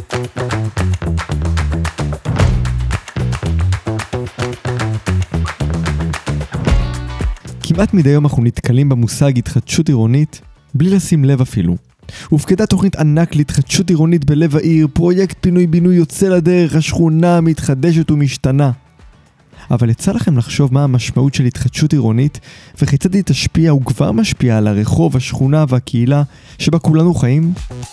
כמעט מדי יום אנחנו נתקלים במושג התחדשות עירונית, בלי לשים לב אפילו. הופקדה תוכנית ענק להתחדשות עירונית בלב העיר, פרויקט פינוי-בינוי יוצא לדרך, השכונה מתחדשת ומשתנה. אבל יצא לכם לחשוב מה המשמעות של התחדשות עירונית, וכיצד היא תשפיע וכבר משפיעה על הרחוב, השכונה והקהילה שבה כולנו חיים?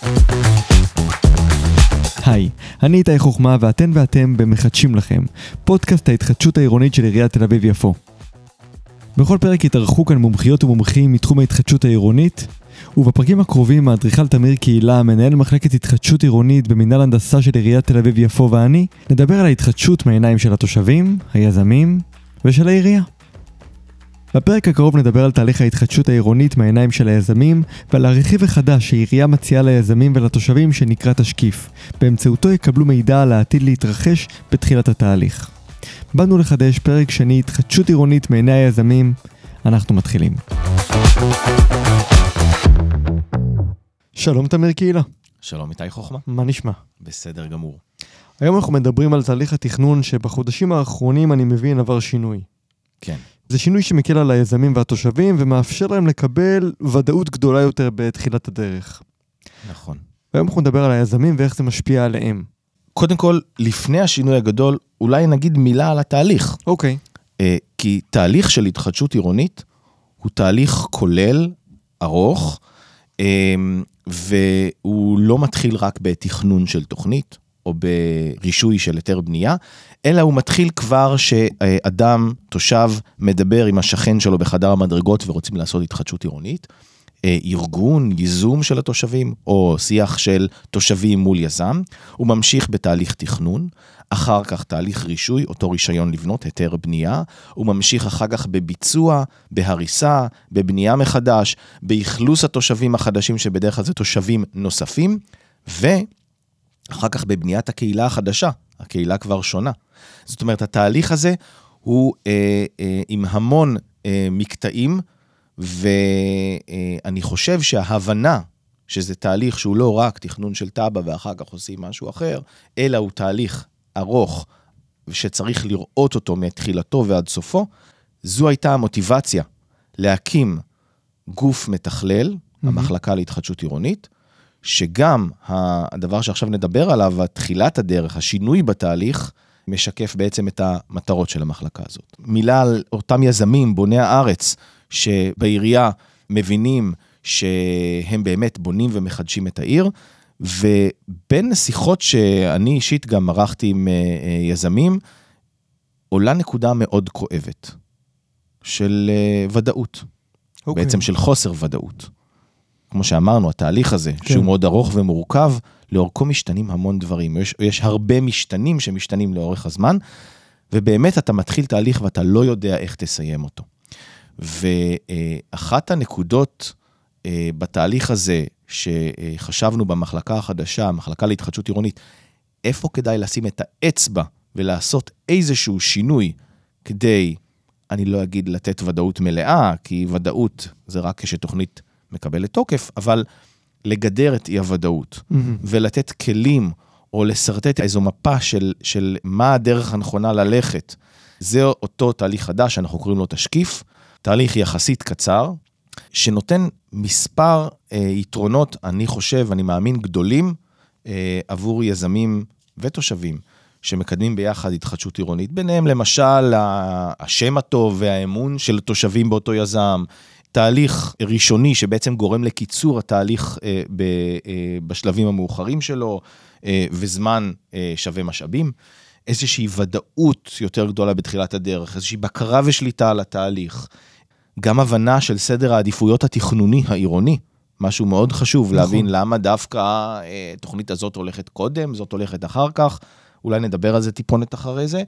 היי, אני איתי חוכמה ואתן ואתם במחדשים לכם, פודקאסט ההתחדשות העירונית של עיריית תל אביב-יפו. בכל פרק יתארחו כאן מומחיות ומומחים מתחום ההתחדשות העירונית, ובפרקים הקרובים האדריכל תמיר קהילה, מנהל מחלקת התחדשות עירונית במינהל הנדסה של עיריית תל אביב-יפו ואני, נדבר על ההתחדשות מהעיניים של התושבים, היזמים ושל העירייה. בפרק הקרוב נדבר על תהליך ההתחדשות העירונית מהעיניים של היזמים, ועל הרכיב החדש שהעירייה מציעה ליזמים ולתושבים שנקרא תשקיף. באמצעותו יקבלו מידע על העתיד להתרחש בתחילת התהליך. באנו לחדש פרק שני, התחדשות עירונית מעיני היזמים. אנחנו מתחילים. שלום תמיר קהילה. שלום איתי חוכמה. מה נשמע? בסדר גמור. היום אנחנו מדברים על תהליך התכנון שבחודשים האחרונים אני מבין עבר שינוי. כן. זה שינוי שמקל על היזמים והתושבים ומאפשר להם לקבל ודאות גדולה יותר בתחילת הדרך. נכון. היום אנחנו נדבר על היזמים ואיך זה משפיע עליהם. קודם כל, לפני השינוי הגדול, אולי נגיד מילה על התהליך. אוקיי. כי תהליך של התחדשות עירונית הוא תהליך כולל, ארוך, והוא לא מתחיל רק בתכנון של תוכנית, או ברישוי של היתר בנייה, אלא הוא מתחיל כבר שאדם, תושב, מדבר עם השכן שלו בחדר המדרגות ורוצים לעשות התחדשות עירונית, ארגון, ייזום של התושבים, או שיח של תושבים מול יזם, הוא ממשיך בתהליך תכנון, אחר כך תהליך רישוי, אותו רישיון לבנות, היתר בנייה, הוא ממשיך אחר כך בביצוע, בהריסה, בבנייה מחדש, באכלוס התושבים החדשים, שבדרך כלל זה תושבים נוספים, ואחר כך בבניית הקהילה החדשה, הקהילה כבר שונה. זאת אומרת, התהליך הזה הוא עם המון מקטעים, ואני חושב שההבנה שזה תהליך שהוא לא רק תכנון של טאבה ואחר כך עושים משהו אחר, אלא הוא תהליך ארוך ושצריך לראות אותו מתחילתו ועד סופו, זו הייתה המוטיבציה להקים גוף מתכלל, המחלקה להתחדשות עירונית, שגם הדבר שעכשיו נדבר עליו, תחילת הדרך, השינוי בתהליך, משקף בעצם את המטרות של המחלקה הזאת. מילה על אותם יזמים, בוני הארץ, שבעירייה מבינים שהם באמת בונים ומחדשים את העיר, ובין השיחות שאני אישית גם ערכתי עם יזמים, עולה נקודה מאוד כואבת, של ודאות, בעצם של חוסר ודאות. כמו שאמרנו, התהליך הזה, שהוא מאוד ארוך ומורכב, לאורכו משתנים המון דברים, יש הרבה משתנים שמשתנים לאורך הזמן, ובאמת אתה מתחיל תהליך ואתה לא יודע איך תסיים אותו. ואחת הנקודות בתהליך הזה שחשבנו במחלקה החדשה, המחלקה להתחדשות עירונית, איפה כדאי לשים את האצבע ולעשות איזשהו שינוי כדי, אני לא אגיד לתת ודאות מלאה, כי ודאות זה רק כשתוכנית מקבלת תוקף, אבל לגדר את אי הוודאות ולתת כלים או לסרטט איזו מפה של מה הדרך הנכונה ללכת. זה אותו תהליך חדש, אנחנו קוראים לו תשקיף, תהליך יחסית קצר, שנותן מספר יתרונות, אני חושב, אני מאמין גדולים, עבור יזמים ותושבים, שמקדמים ביחד התחדשות עירונית, ביניהם למשל השם הטוב והאמון של תושבים באותו יזם, תהליך ראשוני שבעצם גורם לקיצור התהליך בשלבים המאוחרים שלו, וזמן שווה משאבים, איזושהי ודאות יותר גדולה בתחילת הדרך, איזושהי בקרה ושליטה על התהליך, גם הבנה של סדר העדיפויות התכנוני העירוני, משהו מאוד חשוב להבין למה דווקא תוכנית הזאת הולכת קודם, זאת הולכת אחר כך, אולי נדבר על זה טיפונת אחרי זה,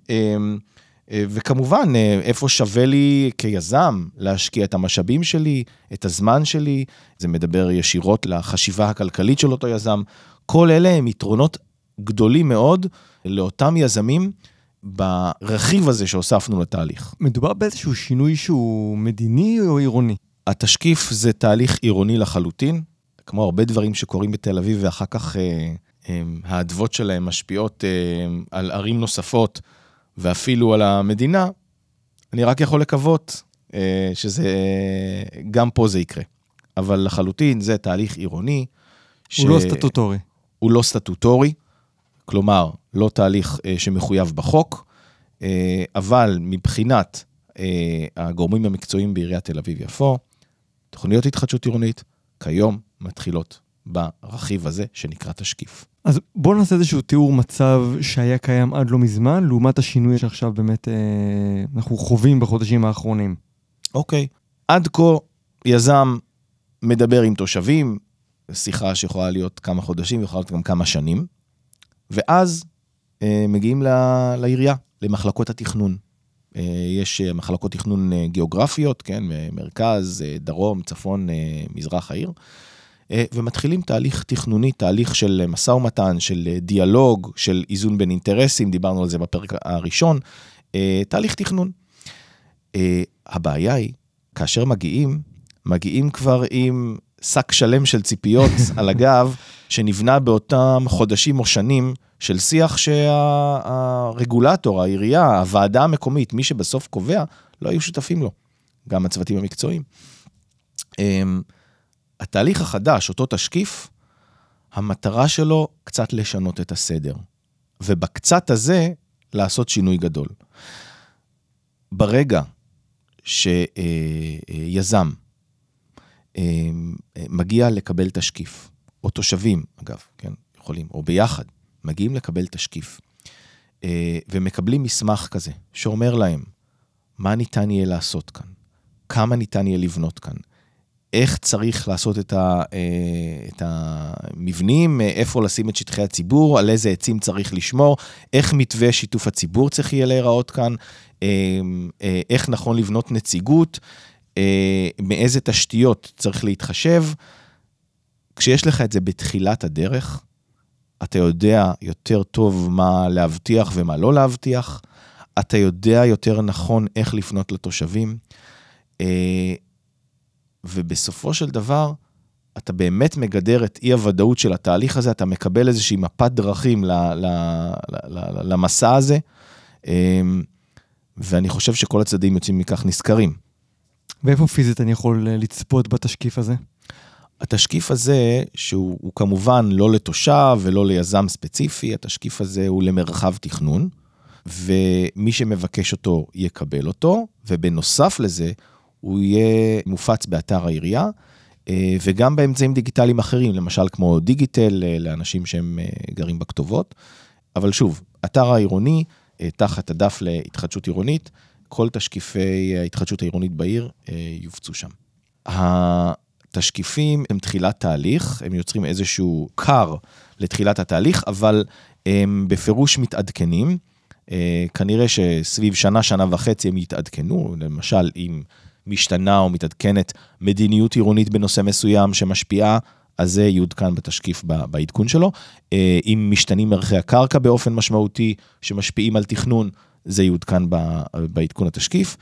וכמובן איפה שווה לי כיזם להשקיע את המשאבים שלי, את הזמן שלי, זה מדבר ישירות לחשיבה הכלכלית של אותו יזם, כל אלה הם יתרונות גדולים מאוד לאותם יזמים, ברכיב הזה שהוספנו לתהליך. מדובר באיזשהו שינוי שהוא מדיני או עירוני? התשקיף זה תהליך עירוני לחלוטין, כמו הרבה דברים שקורים בתל אביב ואחר כך העדבות שלהם משפיעות על ערים נוספות, ואפילו על המדינה, אני רק יכול לקוות שזה, גם פה זה יקרה. אבל לחלוטין זה תהליך עירוני. הוא לא סטטוטורי. הוא לא סטטוטורי, כלומר, לא תהליך שמחויב בחוק, אבל מבחינת הגורמים המקצועיים בעיריית תל אביב-יפו, תוכניות התחדשות עירונית, כיום מתחילות ברכיב הזה שנקרא תשקיף. אז בואו נעשה איזשהו תיאור מצב שהיה קיים עד לא מזמן, לעומת השינוי שעכשיו באמת אנחנו חווים בחודשים האחרונים. אוקיי. עד כה יזם מדבר עם תושבים, שיחה שיכולה להיות כמה חודשים, יכולה להיות גם כמה שנים, ואז מגיעים לעירייה, למחלקות התכנון. יש מחלקות תכנון גיאוגרפיות, כן, מרכז, דרום, צפון, מזרח העיר, ומתחילים תהליך תכנוני, תהליך של משא ומתן, של דיאלוג, של איזון בין אינטרסים, דיברנו על זה בפרק הראשון, תהליך תכנון. הבעיה היא, כאשר מגיעים כבר עם שק שלם של ציפיות על הגב, שנבנה באותם חודשים או שנים של שיח שהרגולטור, העירייה, הוועדה המקומית, מי שבסוף קובע, לא היו שותפים לו, גם הצוותים המקצועיים. התהליך החדש, אותו תשקיף, המטרה שלו קצת לשנות את הסדר, ובקצת הזה לעשות שינוי גדול. ברגע שיזם מגיע לקבל תשקיף, או תושבים, אגב, כן, יכולים, או ביחד, מגיעים לקבל תשקיף, ומקבלים מסמך כזה, שאומר להם, מה ניתן יהיה לעשות כאן? כמה ניתן יהיה לבנות כאן? איך צריך לעשות את המבנים, איפה לשים את שטחי הציבור, על איזה עצים צריך לשמור, איך מתווה שיתוף הציבור צריך יהיה להיראות כאן, איך נכון לבנות נציגות, מאיזה תשתיות צריך להתחשב. כשיש לך את זה בתחילת הדרך, אתה יודע יותר טוב מה להבטיח ומה לא להבטיח, אתה יודע יותר נכון איך לפנות לתושבים, ובסופו של דבר, אתה באמת מגדר את אי הוודאות של התהליך הזה, אתה מקבל איזושהי מפת דרכים למסע הזה, ואני חושב שכל הצדדים יוצאים מכך נזכרים. ואיפה פיזית אני יכול לצפות בתשקיף הזה? התשקיף הזה, שהוא כמובן לא לתושב ולא ליזם ספציפי, התשקיף הזה הוא למרחב תכנון, ומי שמבקש אותו יקבל אותו, ובנוסף לזה, הוא יהיה מופץ באתר העירייה, וגם באמצעים דיגיטליים אחרים, למשל כמו דיגיטל, לאנשים שהם גרים בכתובות. אבל שוב, אתר העירוני, תחת הדף להתחדשות עירונית, כל תשקיפי ההתחדשות העירונית בעיר יופצו שם. התשקיפים הם תחילת תהליך, הם יוצרים איזשהו קר לתחילת התהליך, אבל הם בפירוש מתעדכנים. כנראה שסביב שנה וחצי הם יתעדכנו, למשל אם משתנה או מתעדכנת מדיניות עירונית בנושא מסוים שמשפיעה, אז זה יודכן בתשקיף בעדכון שלו. אם משתנים ערכי הקרקע באופן משמעותי שמשפיעים על תכנון, זה יודכן בעדכון התשקיף.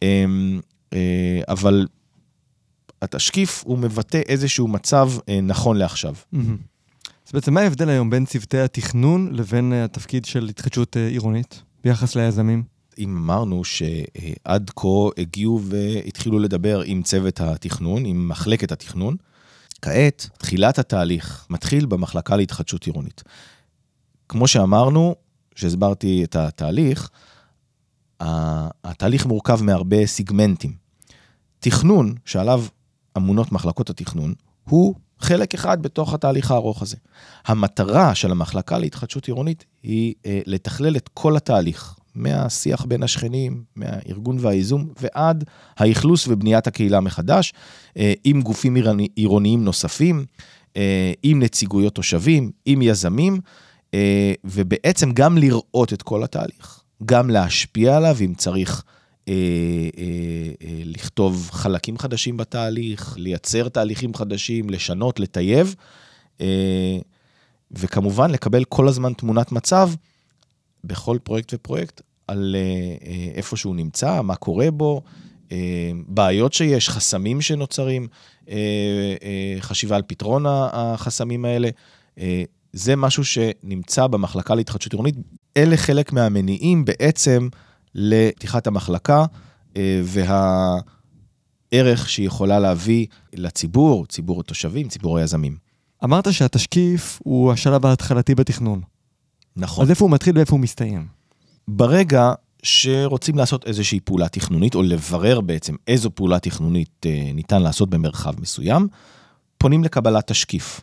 אבל התשקיף הוא מבטא איזשהו מצב נכון לעכשיו. אז בעצם מה ההבדל היום בין צוותי התכנון לבין התפקיד של התחדשות עירונית ביחס ליזמים? אם אמרנו שעד כה הגיעו והתחילו לדבר עם צוות התכנון, עם מחלקת התכנון, כעת תחילת התהליך מתחיל במחלקה להתחדשות עירונית. כמו שאמרנו, שהסברתי את התהליך, התהליך מורכב מהרבה סיגמנטים. תכנון, שעליו אמונות מחלקות התכנון, הוא חלק אחד בתוך התהליך הארוך הזה. המטרה של המחלקה להתחדשות עירונית היא לתכלל את כל התהליך, מהשיח בין השכנים, מהארגון והאיזום, ועד האכלוס ובניית הקהילה מחדש, עם גופים עירוניים נוספים, עם נציגויות תושבים, עם יזמים, ובעצם גם לראות את כל התהליך, גם להשפיע עליו, אם צריך לכתוב חלקים חדשים בתהליך, לייצר תהליכים חדשים, לשנות, לטייב, וכמובן לקבל כל הזמן תמונת מצב, בכל פרויקט ופרויקט, על איפה שהוא נמצא, מה קורה בו, בעיות שיש, חסמים שנוצרים, חשיבה על פתרון החסמים האלה, זה משהו שנמצא במחלקה להתחדשות עירונית. אלה חלק מהמניעים בעצם לפתיחת המחלקה, והערך שהיא יכולה להביא לציבור, ציבור התושבים, ציבור היזמים. אמרת שהתשקיף הוא השלב ההתחלתי בתכנון. נכון. אז איפה הוא מתחיל ואיפה הוא מסתיים? ברגע שרוצים לעשות איזושהי פעולה תכנונית, או לברר בעצם איזו פעולה תכנונית ניתן לעשות במרחב מסוים, פונים לקבלת תשקיף.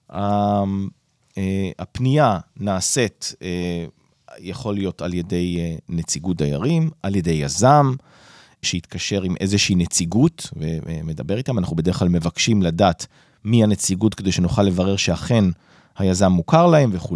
הפנייה נעשית, יכול להיות על ידי נציגות דיירים, על ידי יזם, שיתקשר עם איזושהי נציגות, ומדבר איתם. אנחנו בדרך כלל מבקשים לדעת מי הנציגות, כדי שנוכל לברר שאכן היזם מוכר להם וכו'.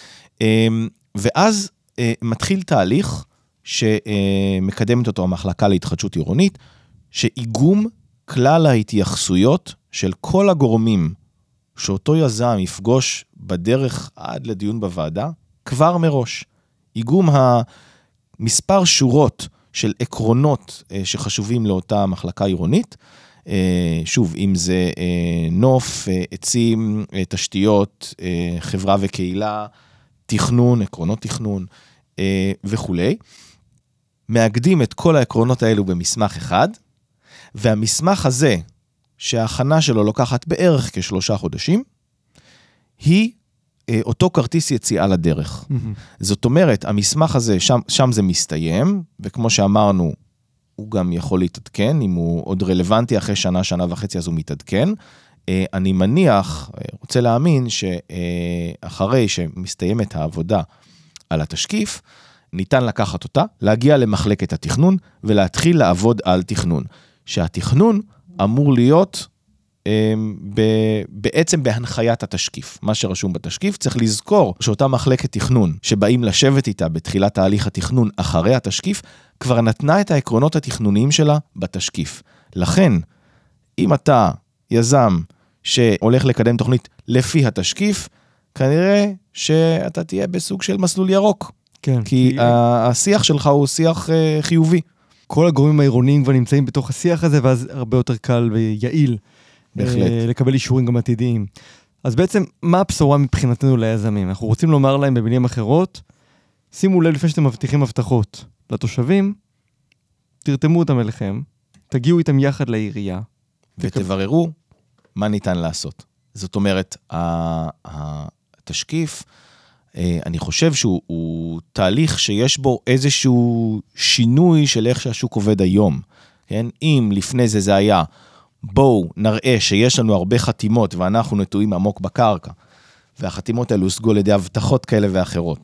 ואז מתחיל תהליך שמקדמת אותו המחלקה להתחדשות עירונית, שאיגום כלל ההתייחסויות של כל הגורמים שאותו יזם יפגוש בדרך עד לדיון בוועדה, כבר מראש. איגום המספר שורות של עקרונות שחשובים לאותה מחלקה עירונית, שוב, אם זה נוף, עצים, תשתיות, חברה וקהילה, תכנון, עקרונות תכנון וכו'. מאגדים את כל העקרונות האלו במסמך אחד, והמסמך הזה, שההכנה שלו לוקחת בערך כ3 חודשים, היא אותו כרטיס יציאה לדרך. זאת אומרת, המסמך הזה, שם זה מסתיים, וכמו שאמרנו, הוא גם יכול להתעדכן, אם הוא עוד רלוונטי אחרי שנה, שנה וחצי, אז הוא מתעדכן. אני מניח, רוצה להאמין, שאחרי שמסתיימת העבודה על התשקיף, ניתן לקחת אותה, להגיע למחלקת התכנון, ולהתחיל לעבוד על תכנון. שהתכנון אמור להיות בעצם בהנחיית התשקיף. מה שרשום בתשקיף, צריך לזכור שאותה מחלקת תכנון, שבאים לשבת איתה בתחילת תהליך התכנון אחרי התשקיף, כבר נתנה את העקרונות התכנוניים שלה בתשקיף. לכן, אם אתה יזם שהולך לקדם תוכנית לפי התשקיף, כנראה שאתה תהיה בסוג של מסלול ירוק. כן. כי השיח שלך הוא שיח חיובי. כל הגורמים העירוניים כבר נמצאים בתוך השיח הזה, ואז הרבה יותר קל ויעיל לקבל אישורים גם עתידיים. אז בעצם, מה הבשורה מבחינתנו ליזמים? אנחנו רוצים לומר להם במילים אחרות, שימו לב לפני שאתם מבטיחים הבטחות לתושבים, תרתמו אותם אליכם, תגיעו איתם יחד לעירייה. ותבררו מה ניתן לעשות. זאת אומרת, התשקיף, אני חושב שהוא תהליך שיש בו איזשהו שינוי של איך שהשוק עובד היום. כן? אם לפני זה היה, בואו נראה שיש לנו הרבה חתימות ואנחנו נטועים עמוק בקרקע, והחתימות האלו הושגו על ידי הבטחות כאלה ואחרות.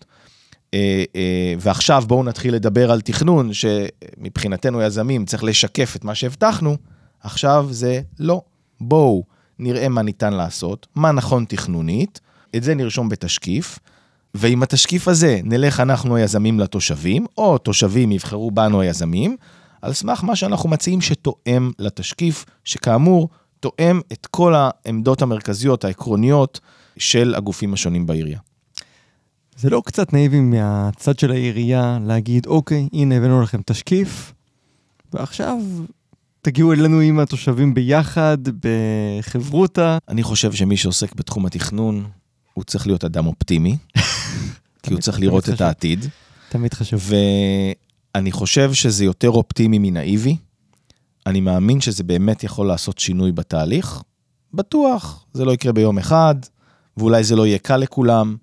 ועכשיו בואו נתחיל לדבר על תכנון, שמבחינתנו יזמים צריך לשקף את מה שהבטחנו, עכשיו זה לא. בואו נראה מה ניתן לעשות, מה נכון תכנונית, את זה נרשום בתשקיף, ועם התשקיף הזה נלך אנחנו היזמים לתושבים, או תושבים יבחרו בנו היזמים, על סמך מה שאנחנו מציעים שתואם לתשקיף, שכאמור תואם את כל העמדות המרכזיות, העקרוניות של הגופים השונים בעירייה. זה לא קצת נאיבי מהצד של העירייה להגיד, אוקיי, הנה הבאנו לכם תשקיף, ועכשיו תגיעו אלינו עם התושבים ביחד, בחברותה. אני חושב שמי שעוסק בתחום התכנון, הוא צריך להיות אדם אופטימי, כי הוא צריך לראות את העתיד. תמיד חשוב. ואני חושב שזה יותר אופטימי מנאיבי. אני מאמין שזה באמת יכול לעשות שינוי בתהליך. בטוח, זה לא יקרה ביום אחד, ואולי זה לא יהיה קל לכולם,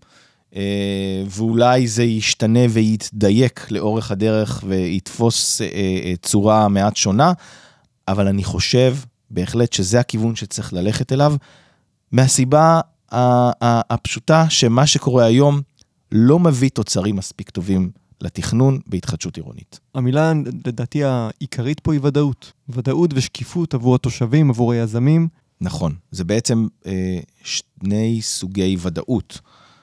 ואולי זה ישתנה ויתדייק לאורך הדרך, ויתפוס צורה מעט שונה, אבל אני חושב בהחלט שזה הכיוון שצריך ללכת אליו, מהסיבה הפשוטה שמה שקורה היום לא מביא תוצרים מספיק טובים לתכנון בהתחדשות עירונית. המילה לדעתי העיקרית פה היא ודאות. ודאות ושקיפות עבור התושבים, עבור היזמים. נכון, זה בעצם שני סוגי ודאות.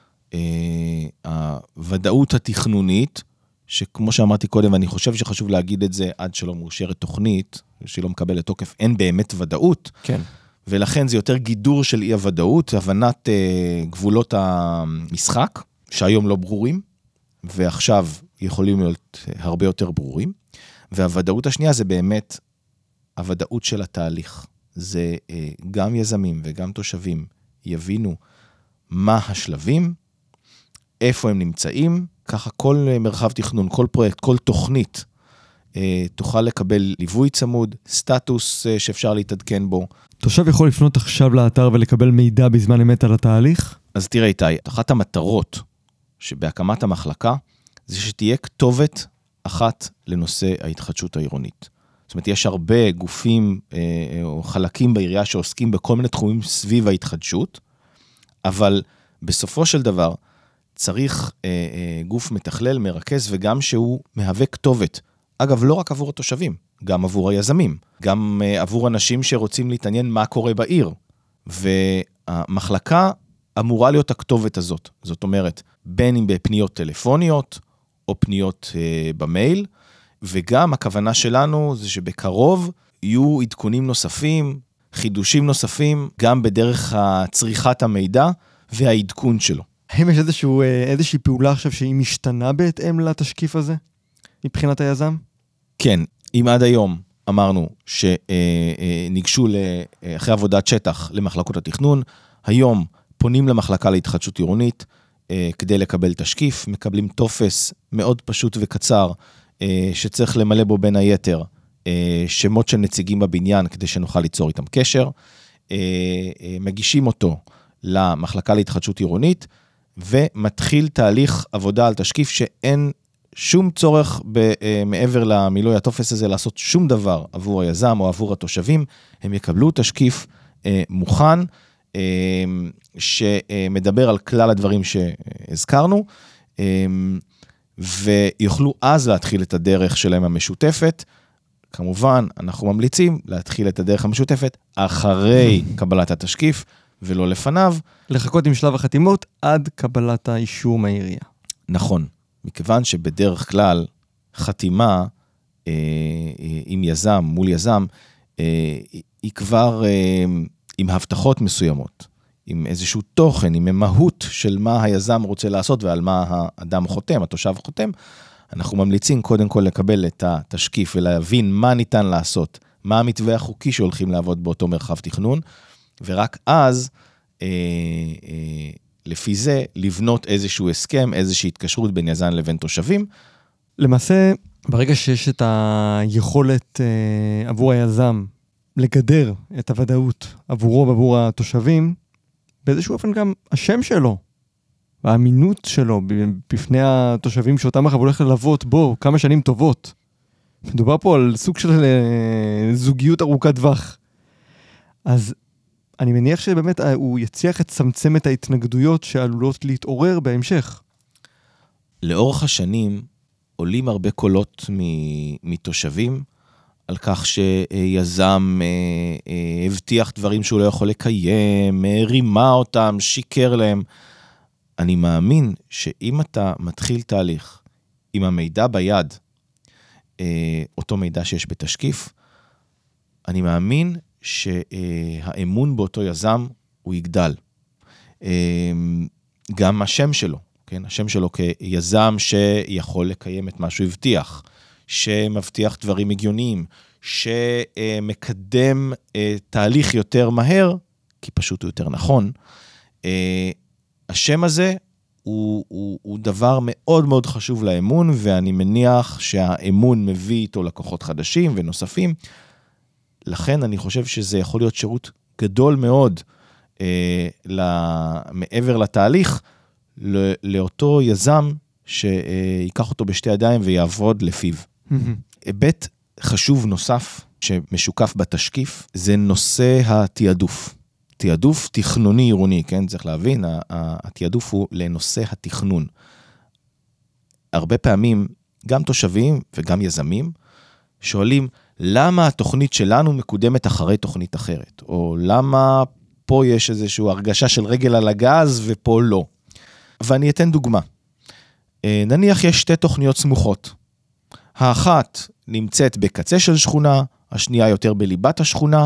הוודאות התכנונית, שכמו שאמרתי קודם, אני חושב שחשוב להגיד את זה עד שלא מאושרת תוכנית, שלא מקבלת תוקף, אין באמת ודאות. כן. ולכן זה יותר גידור של אי הוודאות, הבנת גבולות המשחק, שהיום לא ברורים, ועכשיו יכולים להיות הרבה יותר ברורים. והוודאות השנייה זה באמת הוודאות של התהליך. זה גם יזמים וגם תושבים יבינו מה השלבים, איפה הם נמצאים, ככה כל מרחב תכנון, כל פרויקט, כל תוכנית, תוכל לקבל ליווי צמוד, סטטוס שאפשר להתעדכן בו. תושב יכול לפנות עכשיו לאתר ולקבל מידע בזמן אמת על התהליך? אז תראה איתי, אחת המטרות שבהקמת המחלקה, זה שתהיה כתובת אחת לנושא ההתחדשות העירונית. זאת אומרת, יש הרבה גופים או חלקים בעירייה שעוסקים בכל מיני תחומים סביב ההתחדשות, אבל בסופו של דבר צריך גוף מתכלל, מרכז, וגם שהוא מהווה כתובת. אגב, לא רק עבור התושבים, גם עבור היזמים, גם עבור אנשים שרוצים להתעניין מה קורה בעיר. והמחלקה אמורה להיות הכתובת הזאת. זאת אומרת, בין אם בפניות טלפוניות, או פניות במייל, וגם הכוונה שלנו זה שבקרוב יהיו עדכונים נוספים, חידושים נוספים, גם בדרך צריכת המידע והעדכון שלו. האם יש איזושהי פעולה עכשיו שהיא משתנה בהתאם לתשקיף הזה, מבחינת היזם? כן, אם עד היום אמרנו שניגשו אחרי עבודת שטח למחלקות התכנון, היום פונים למחלקה להתחדשות עירונית, כדי לקבל תשקיף, מקבלים טופס מאוד פשוט וקצר, שצריך למלא בו בין היתר, שמות של נציגים בבניין, כדי שנוכל ליצור איתם קשר, מגישים אותו למחלקה להתחדשות עירונית, ומתחיל תהליך עבודה על תשקיף, שאין שום צורך מעבר למילוי הטופס הזה, לעשות שום דבר עבור היזם או עבור התושבים, הם יקבלו תשקיף מוכן, שמדבר על כלל הדברים שהזכרנו, ויוכלו אז להתחיל את הדרך שלהם המשותפת. כמובן, אנחנו ממליצים להתחיל את הדרך המשותפת אחרי קבלת התשקיף, ולא לפניו. לחכות עם שלב החתימות עד קבלת האישור מהעירייה. נכון, מכיוון שבדרך כלל חתימה עם יזם, מול יזם, היא כבר עם הבטחות מסוימות, עם איזשהו תוכן, עם מהות של מה היזם רוצה לעשות ועל מה האדם חותם, התושב חותם. אנחנו ממליצים קודם כל לקבל את התשקיף ולהבין מה ניתן לעשות, מה המתווה החוקי שהולכים לעבוד באותו מרחב תכנון, ורק אז, לפי זה, לבנות איזשהו הסכם, איזושהי התקשרות בין יזם לבין תושבים. למעשה, ברגע שיש את היכולת עבור היזם לגדר את הוודאות עבורו ועבור התושבים, באיזשהו אופן גם השם שלו, והאמינות שלו בפני התושבים שאותם אחר הולך ללוות בו כמה שנים טובות. מדובר פה על סוג של זוגיות ארוכת טווח. אז אני מניח שבאמת הוא יצליח לצמצם את ההתנגדויות שעלולות להתעורר בהמשך. לאורך השנים עולים הרבה קולות מתושבים, על כך שיזם הבטיח דברים שהוא לא יכול לקיים, רימה אותם, שיקר להם. אני מאמין שאם אתה מתחיל תהליך עם המידע ביד, אותו מידע שיש בתשקיף, אני מאמין שהאמון באותו יזם הוא יגדל. גם השם שלו, כן? השם שלו כיזם שיכול לקיים את מה שהוא הבטיח, שמבטיח דברים הגיוניים, שמקדם תהליך יותר מהר, כי פשוט הוא יותר נכון. השם הזה הוא דבר מאוד מאוד חשוב לאמון, ואני מניח שהאמון מביא איתו לקוחות חדשים ונוספים, לכן אני חושב שזה יכול להיות שירות גדול מאוד מעבר לתהליך, לאותו יזם שיקח אותו בשתי ידיים ויעבוד לפיו. היבט חשוב נוסף שמשוקף בתשקיף, זה נושא התיעדוף. תיעדוף תכנוני עירוני, כן? צריך להבין, התיעדוף הוא לנושא התכנון. הרבה פעמים, גם תושבים וגם יזמים, שואלים, למה התוכנית שלנו מקודמת אחרי תוכנית אחרת? או למה פה יש איזושהי הרגשה של רגל על הגז ופה לא? ואני אתן דוגמה. נניח יש שתי תוכניות סמוכות. האחת נמצאת בקצה של שכונה, השנייה יותר בליבת השכונה,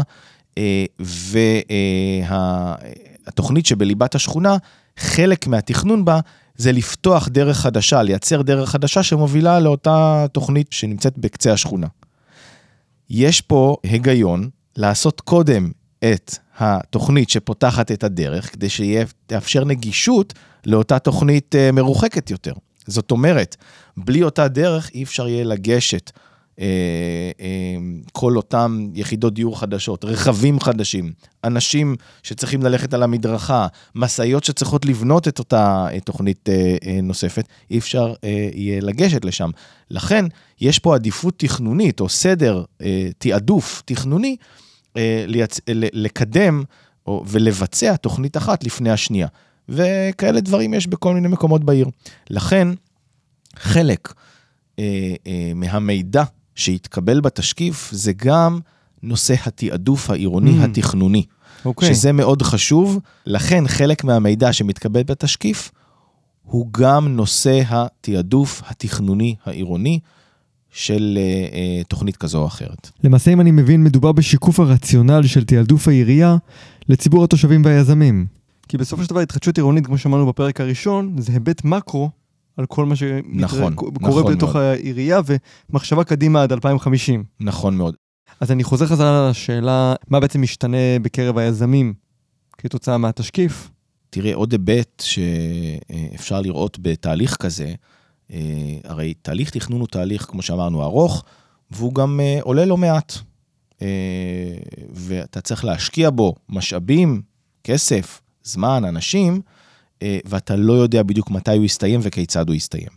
והתוכנית שבליבת השכונה, חלק מהתכנון בה, זה לפתוח דרך חדשה, לייצר דרך חדשה שמובילה לאותה תוכנית שנמצאת בקצה השכונה. יש פה היגיון לעשות קודם את התוכנית שפותחת את הדרך, כדי שתאפשר נגישות לאותה תוכנית מרוחקת יותר. זאת אומרת, בלי אותה דרך אי אפשר יהיה לגשת כל אותם יחידות דיור חדשות, רכבים חדשים, אנשים שצריכים ללכת על המדרכה, מסעיות שצריכות לבנות את אותה תוכנית נוספת, אי אפשר יהיה לגשת לשם. לכן, יש פה עדיפות תכנונית, או סדר תעדוף תכנוני, לקדם ולבצע תוכנית אחת לפני השנייה. וכאלה דברים יש בכל מיני מקומות בעיר. לכן, חלק מהמידע שהתקבל בתשקיף, זה גם נושא התעדוף העירוני התכנוני, שזה מאוד חשוב, לכן חלק מהמידע שמתקבל בתשקיף, הוא גם נושא התעדוף התכנוני העירוני, של תוכנית כזו או אחרת. למעשה, אם אני מבין, מדובר בשיקוף הרציונל של תעדוף העירייה, לציבור התושבים והיזמים. כי בסופו של דבר, התחדשות עירונית, כמו שאמרנו בפרק הראשון, זה היבט מקרו, על כל מה שקורה בתוך העירייה, ומחשבה קדימה עד 2050. נכון מאוד. אז אני חוזר חזרה לשאלה, מה בעצם משתנה בקרב היזמים, כתוצאה מהתשקיף? תראה, עוד היבט שאפשר לראות בתהליך כזה, הרי תהליך תכנון הוא תהליך, כמו שאמרנו, ארוך, והוא גם עולה לא מעט. ואתה צריך להשקיע בו משאבים, כסף, זמן, אנשים, ואתה לא יודע בדיוק מתי הוא יסתיים וכיצד הוא יסתיים.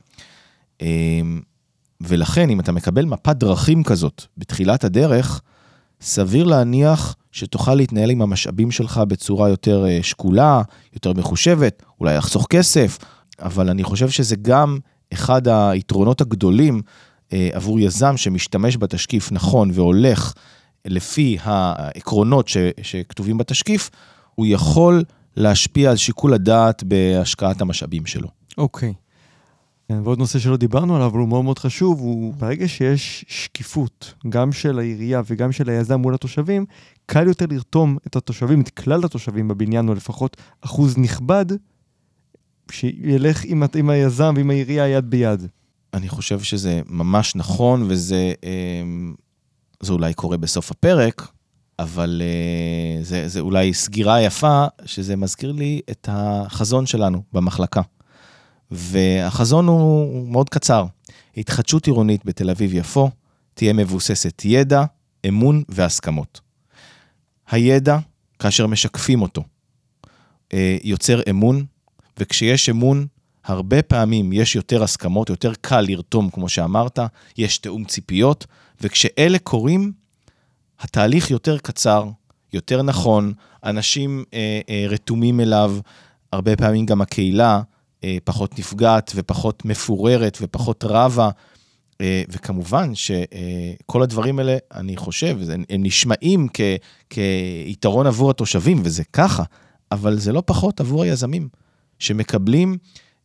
ולכן, אם אתה מקבל מפת דרכים כזאת בתחילת הדרך, סביר להניח שתוכל להתנהל עם המשאבים שלך בצורה יותר שקולה, יותר מחושבת, אולי לחסוך כסף, אבל אני חושב שזה גם אחד היתרונות הגדולים עבור יזם שמשתמש בתשקיף נכון והולך לפי העקרונות שכתובים בתשקיף, הוא יכול להשפיע על שיקול הדעת בהשקעת המשאבים שלו. אוקיי. ועוד נושא שלא דיברנו עליו, אבל הוא מאוד מאוד חשוב, הוא ברגע שיש שקיפות, גם של העירייה וגם של היזם מול התושבים, קל יותר לרתום את התושבים, את כלל התושבים בבניין, או לפחות אחוז נכבד, שילך עם היזם ועם העירייה יד ביד. אני חושב שזה ממש נכון, וזה אולי קורה בסוף הפרק, אבל זה אולי סגירה יפה, שזה מזכיר לי את החזון שלנו במחלקה. והחזון הוא מאוד קצר. התחדשות עירונית בתל אביב יפו תהיה מבוססת ידע, אמון והסכמות. הידע, כאשר משקפים אותו, יוצר אמון, וכשיש אמון, הרבה פעמים יש יותר הסכמות, יותר קל לרתום, כמו שאמרת, יש תאום ציפיות, וכשאלה קורים, התהליך יותר קצר, יותר נכון, אנשים רתומים אליו, הרבה פעמים גם הקהילה פחות נפגעת ופחות מפוררת ופחות רבה, וכמובן שכל הדברים האלה, אני חושב, הם נשמעים כיתרון עבור התושבים, וזה ככה, אבל זה לא פחות עבור היזמים, שמקבלים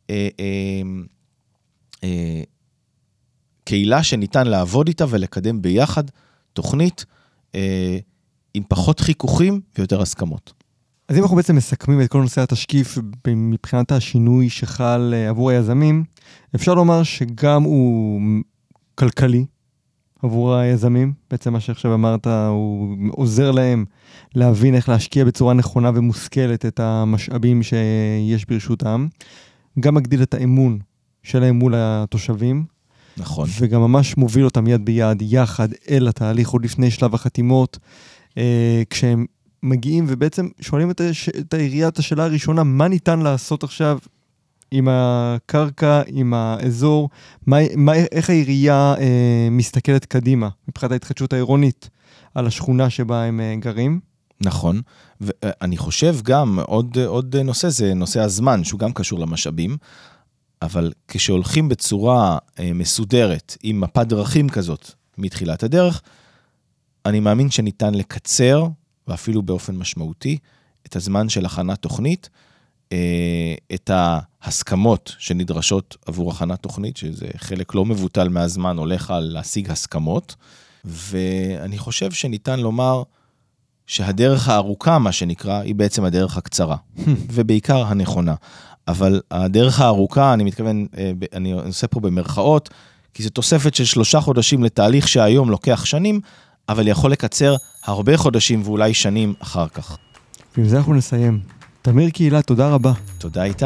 קהילה שניתן לעבוד איתה ולקדם ביחד תוכנית עם פחות חיכוכים ויותר הסכמות. אז אם אנחנו בעצם מסכמים את כל נושא התשקיף מבחינת השינוי שחל עבור היזמים, אפשר לומר שגם הוא כלכלי עבור היזמים, בעצם מה שעכשיו אמרת, הוא עוזר להם להבין איך להשקיע בצורה נכונה ומושכלת את המשאבים שיש ברשותם, גם מגדיל את האמון שלהם מול התושבים, נכון. וגם ממש מוביל אותם יד ביד, יחד אל התהליך, עוד לפני שלב החתימות, כשהם מגיעים ובעצם שואלים את העירייה, את השאלה הראשונה, מה ניתן לעשות עכשיו עם הקרקע, עם האזור, איך העירייה מסתכלת קדימה, מבחינת ההתחדשות העירונית, על השכונה שבה הם גרים. נכון, ואני חושב גם, עוד נושא, זה נושא הזמן, שהוא גם קשור למשאבים, אבל כשהולכים בצורה מסודרת, עם מפת דרכים כזאת, מתחילת הדרך, אני מאמין שניתן לקצר, ואפילו באופן משמעותי, את הזמן של הכנת תוכנית, את ההסכמות שנדרשות עבור הכנת תוכנית, שזה חלק לא מבוטל מהזמן, הולך על להשיג הסכמות, ואני חושב שניתן לומר שהדרך הארוכה, מה שנקרא, היא בעצם הדרך הקצרה, ובעיקר הנכונה. אבל הדרך הארוכה, אני מתכוון, אני עושה פה במרכאות, כי זו תוספת של 3 חודשים לתהליך שהיום לוקח שנים, אבל יכול לקצר הרבה חודשים ואולי שנים אחר כך. ועם זה אנחנו נסיים. תמיר קהילה, תודה רבה. תודה איתי.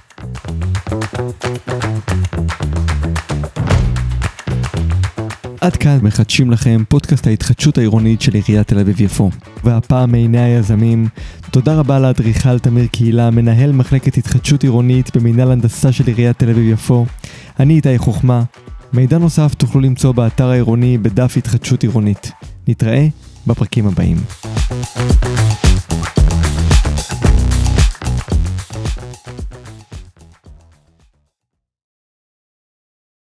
עד כאן מחדשים לכם פודקאסט ההתחדשות העירונית של עיריית תל אביב-יפו. והפעם מעיני היזמים, תודה רבה לאדריכל תמיר קהילה, מנהל מחלקת התחדשות עירונית במינהל הנדסה של עיריית תל אביב-יפו. אני איתי חוכמה. מידע נוסף תוכלו למצוא באתר העירוני בדף התחדשות עירונית. נתראה בפרקים הבאים.